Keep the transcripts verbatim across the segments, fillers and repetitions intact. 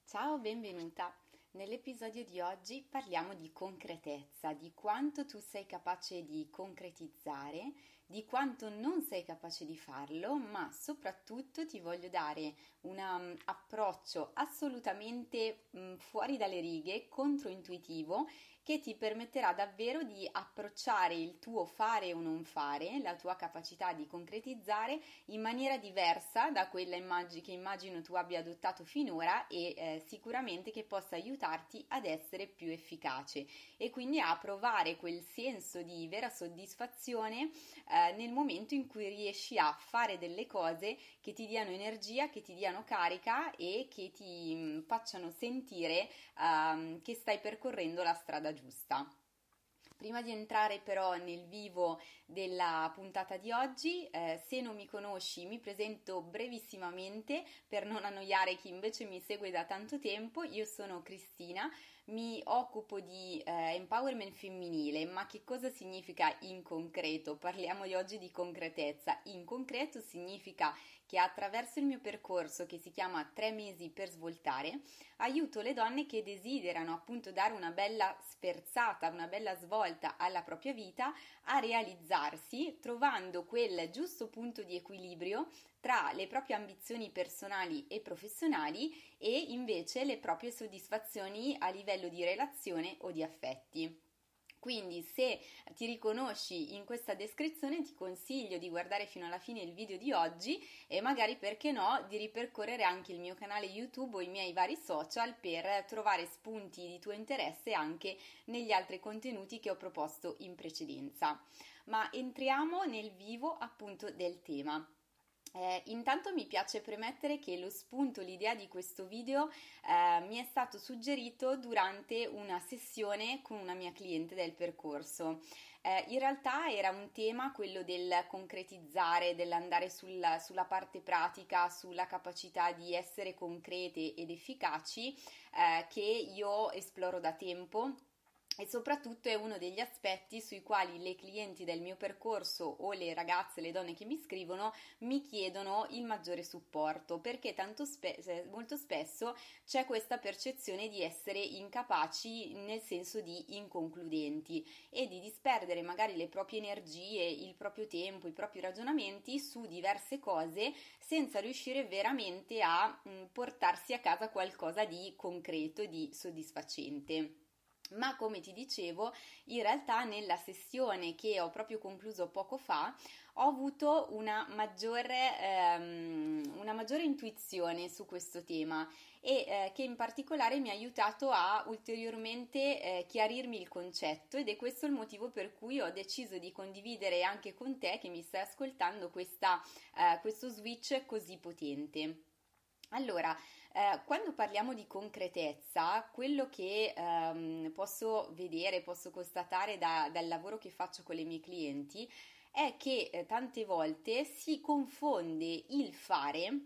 Ciao, benvenuta. Nell'episodio di oggi parliamo di concretezza, di quanto tu sei capace di concretizzare, di quanto non sei capace di farlo, ma soprattutto ti voglio dare un um, approccio assolutamente um, fuori dalle righe, controintuitivo, che ti permetterà davvero di approcciare il tuo fare o non fare, la tua capacità di concretizzare in maniera diversa da quella immag- che immagino tu abbia adottato finora e eh, sicuramente che possa aiutarti ad essere più efficace e quindi a provare quel senso di vera soddisfazione eh, nel momento in cui riesci a fare delle cose che ti diano energia, che ti diano carica e che ti mh, facciano sentire ehm, che stai percorrendo la strada giusta. Prima di entrare però nel vivo della puntata di oggi, eh, se non mi conosci mi presento brevissimamente per non annoiare chi invece mi segue da tanto tempo. Io sono Cristina, mi occupo di eh, empowerment femminile, ma che cosa significa in concreto? Parliamo di oggi di concretezza. In concreto significa che attraverso il mio percorso che si chiama Tre mesi per svoltare, aiuto le donne che desiderano appunto dare una bella sferzata, una bella svolta alla propria vita a realizzarsi, trovando quel giusto punto di equilibrio tra le proprie ambizioni personali e professionali e invece le proprie soddisfazioni a livello di relazione o di affetti. Quindi se ti riconosci in questa descrizione ti consiglio di guardare fino alla fine il video di oggi e magari perché no di ripercorrere anche il mio canale YouTube o i miei vari social per trovare spunti di tuo interesse anche negli altri contenuti che ho proposto in precedenza. Ma entriamo nel vivo appunto del tema. Eh, intanto mi piace premettere che lo spunto, l'idea di questo video eh, mi è stato suggerito durante una sessione con una mia cliente del percorso. Eh, in realtà era un tema, quello del concretizzare, dell'andare sul- sulla parte pratica, sulla capacità di essere concrete ed efficaci, eh, che io esploro da tempo. E soprattutto è uno degli aspetti sui quali le clienti del mio percorso o le ragazze, le donne che mi scrivono mi chiedono il maggiore supporto, perché tanto spe- molto spesso c'è questa percezione di essere incapaci nel senso di inconcludenti e di disperdere magari le proprie energie, il proprio tempo, i propri ragionamenti su diverse cose senza riuscire veramente a mh, portarsi a casa qualcosa di concreto e di soddisfacente. Ma come ti dicevo, in realtà nella sessione che ho proprio concluso poco fa ho avuto una maggiore, ehm, una maggiore intuizione su questo tema e eh, che in particolare mi ha aiutato a ulteriormente eh, chiarirmi il concetto ed è questo il motivo per cui ho deciso di condividere anche con te che mi stai ascoltando questa, eh, questo switch così potente. Allora, eh, quando parliamo di concretezza, quello che ehm, posso vedere, posso constatare da- dal lavoro che faccio con le mie clienti è che eh, tante volte si confonde il fare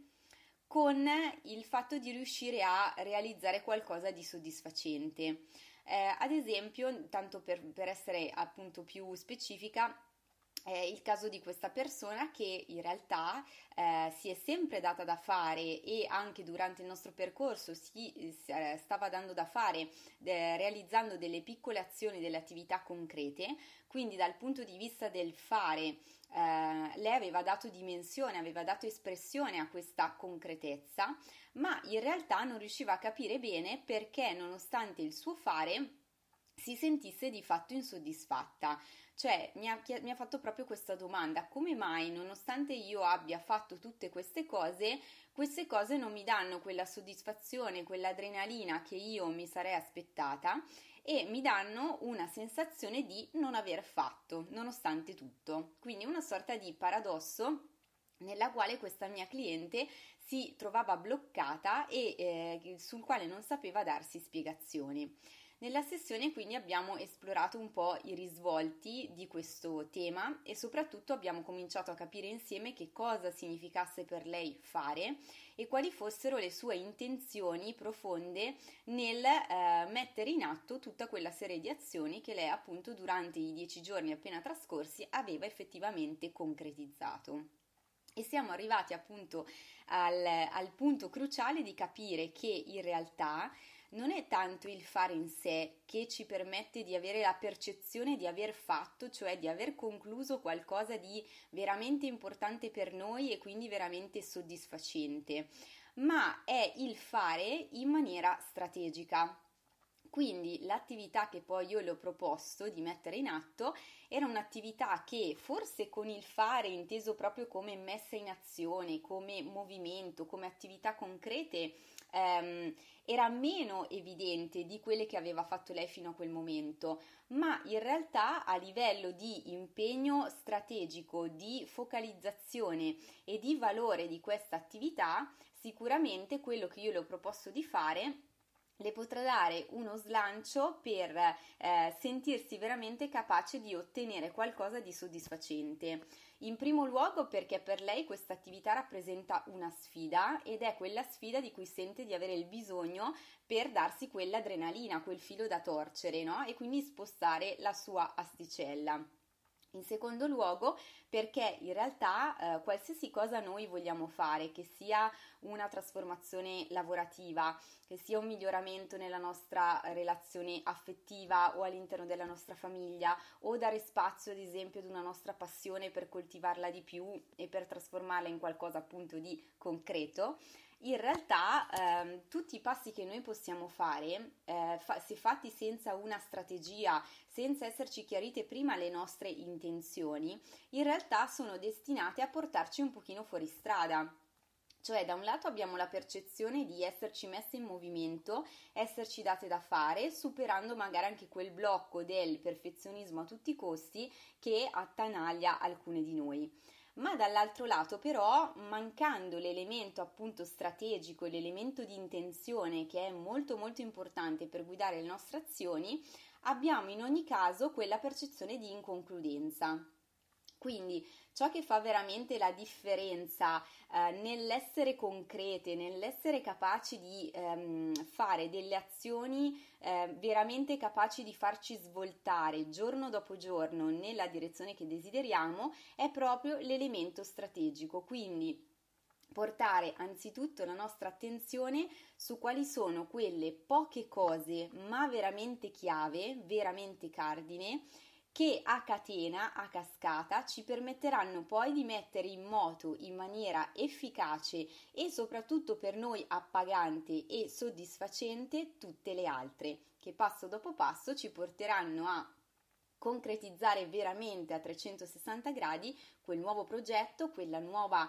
con il fatto di riuscire a realizzare qualcosa di soddisfacente. Eh, ad esempio, tanto per, per essere appunto più specifica, è il caso di questa persona che in realtà eh, si è sempre data da fare e anche durante il nostro percorso si eh, stava dando da fare eh, realizzando delle piccole azioni, delle attività concrete, quindi dal punto di vista del fare eh, lei aveva dato dimensione, aveva dato espressione a questa concretezza, ma in realtà non riusciva a capire bene perché nonostante il suo fare si sentisse di fatto insoddisfatta. Cioè mi ha, mi ha fatto proprio questa domanda: come mai nonostante io abbia fatto tutte queste cose, queste cose non mi danno quella soddisfazione, quell'adrenalina che io mi sarei aspettata e mi danno una sensazione di non aver fatto, nonostante tutto. Quindi una sorta di paradosso nella quale questa mia cliente si trovava bloccata e eh, sul quale non sapeva darsi spiegazioni. Nella sessione quindi abbiamo esplorato un po' i risvolti di questo tema e soprattutto abbiamo cominciato a capire insieme che cosa significasse per lei fare e quali fossero le sue intenzioni profonde nel eh, mettere in atto tutta quella serie di azioni che lei appunto durante i dieci giorni appena trascorsi aveva effettivamente concretizzato. E siamo arrivati appunto al, al punto cruciale di capire che in realtà non è tanto il fare in sé che ci permette di avere la percezione di aver fatto, cioè di aver concluso qualcosa di veramente importante per noi e quindi veramente soddisfacente, ma è il fare in maniera strategica. Quindi l'attività che poi io le ho proposto di mettere in atto era un'attività che forse con il fare inteso proprio come messa in azione, come movimento, come attività concrete, ehm, era meno evidente di quelle che aveva fatto lei fino a quel momento, ma in realtà a livello di impegno strategico, di focalizzazione e di valore di questa attività, sicuramente quello che io le ho proposto di fare le potrà dare uno slancio per eh, sentirsi veramente capace di ottenere qualcosa di soddisfacente. In primo luogo perché per lei questa attività rappresenta una sfida ed è quella sfida di cui sente di avere il bisogno per darsi quell'adrenalina, quel filo da torcere, no? E quindi spostare la sua asticella. In secondo luogo, perché in realtà eh, qualsiasi cosa noi vogliamo fare, che sia una trasformazione lavorativa, che sia un miglioramento nella nostra relazione affettiva o all'interno della nostra famiglia, o dare spazio ad esempio ad una nostra passione per coltivarla di più e per trasformarla in qualcosa appunto di concreto, in realtà ehm, tutti i passi che noi possiamo fare, eh, fa- se fatti senza una strategia, senza esserci chiarite prima le nostre intenzioni, in realtà sono destinate a portarci un pochino fuori strada. Cioè, da un lato abbiamo la percezione di esserci messe in movimento, esserci date da fare, superando magari anche quel blocco del perfezionismo a tutti i costi che attanaglia alcune di noi. Ma dall'altro lato però, mancando l'elemento appunto strategico, l'elemento di intenzione che è molto molto importante per guidare le nostre azioni, abbiamo in ogni caso quella percezione di inconcludenza. Quindi ciò che fa veramente la differenza eh, nell'essere concrete, nell'essere capaci di ehm, fare delle azioni eh, veramente capaci di farci svoltare giorno dopo giorno nella direzione che desideriamo, è proprio l'elemento strategico. Quindi portare anzitutto la nostra attenzione su quali sono quelle poche cose, ma veramente chiave, veramente cardine, che a catena, a cascata, ci permetteranno poi di mettere in moto in maniera efficace e soprattutto per noi appagante e soddisfacente tutte le altre, che passo dopo passo ci porteranno a concretizzare veramente a trecentosessanta gradi quel nuovo progetto, quella nuova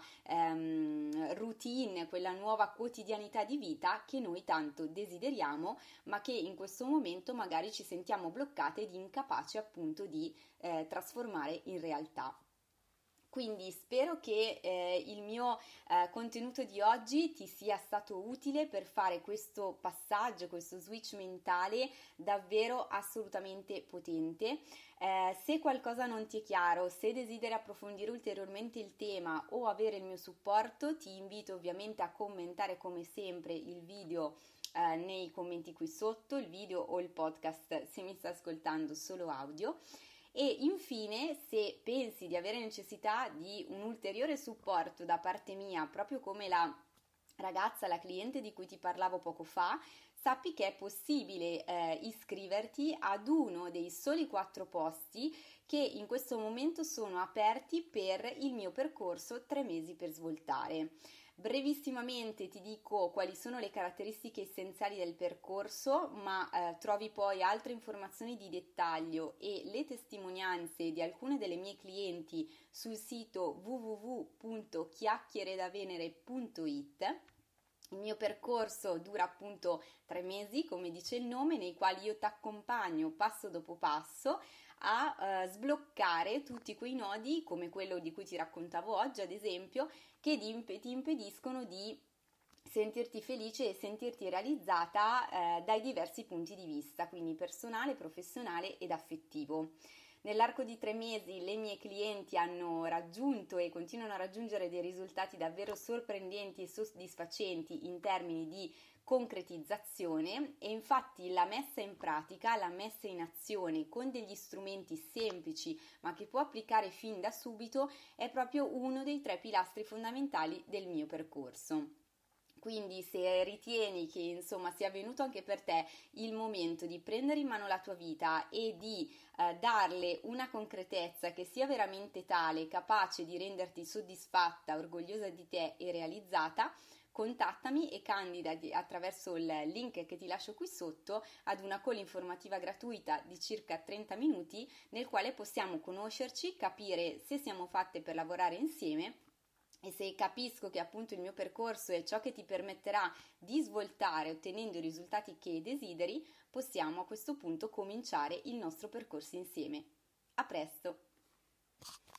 ehm, routine, quella nuova quotidianità di vita che noi tanto desideriamo, ma che in questo momento magari ci sentiamo bloccate ed incapaci appunto di eh, trasformare in realtà. Quindi spero che eh, il mio eh, contenuto di oggi ti sia stato utile per fare questo passaggio, questo switch mentale davvero assolutamente potente. Eh, se qualcosa non ti è chiaro, se desideri approfondire ulteriormente il tema o avere il mio supporto, ti invito ovviamente a commentare come sempre il video eh, nei commenti qui sotto, il video o il podcast se mi stai ascoltando solo audio. E infine, se pensi di avere necessità di un ulteriore supporto da parte mia, proprio come la ragazza, la cliente di cui ti parlavo poco fa, sappi che è possibile eh, iscriverti ad uno dei soli quattro posti che in questo momento sono aperti per il mio percorso tre mesi per svoltare. Brevissimamente ti dico quali sono le caratteristiche essenziali del percorso, ma eh, trovi poi altre informazioni di dettaglio e le testimonianze di alcune delle mie clienti sul sito w w w punto chiacchieredavenere punto it. Il mio percorso dura appunto tre mesi, come dice il nome, nei quali io ti accompagno passo dopo passo a uh, sbloccare tutti quei nodi, come quello di cui ti raccontavo oggi, ad esempio, che ti, imp- ti impediscono di sentirti felice e sentirti realizzata eh, dai diversi punti di vista, quindi personale, professionale ed affettivo. Nell'arco di tre mesi le mie clienti hanno raggiunto e continuano a raggiungere dei risultati davvero sorprendenti e soddisfacenti in termini di concretizzazione, e infatti la messa in pratica, la messa in azione con degli strumenti semplici ma che può applicare fin da subito è proprio uno dei tre pilastri fondamentali del mio percorso. Quindi se ritieni che insomma sia venuto anche per te il momento di prendere in mano la tua vita e di eh, darle una concretezza che sia veramente tale, capace di renderti soddisfatta, orgogliosa di te e realizzata, contattami e candidati attraverso il link che ti lascio qui sotto ad una call informativa gratuita di circa trenta minuti, nel quale possiamo conoscerci, capire se siamo fatte per lavorare insieme. E se capisco che appunto il mio percorso è ciò che ti permetterà di svoltare ottenendo i risultati che desideri, possiamo a questo punto cominciare il nostro percorso insieme. A presto!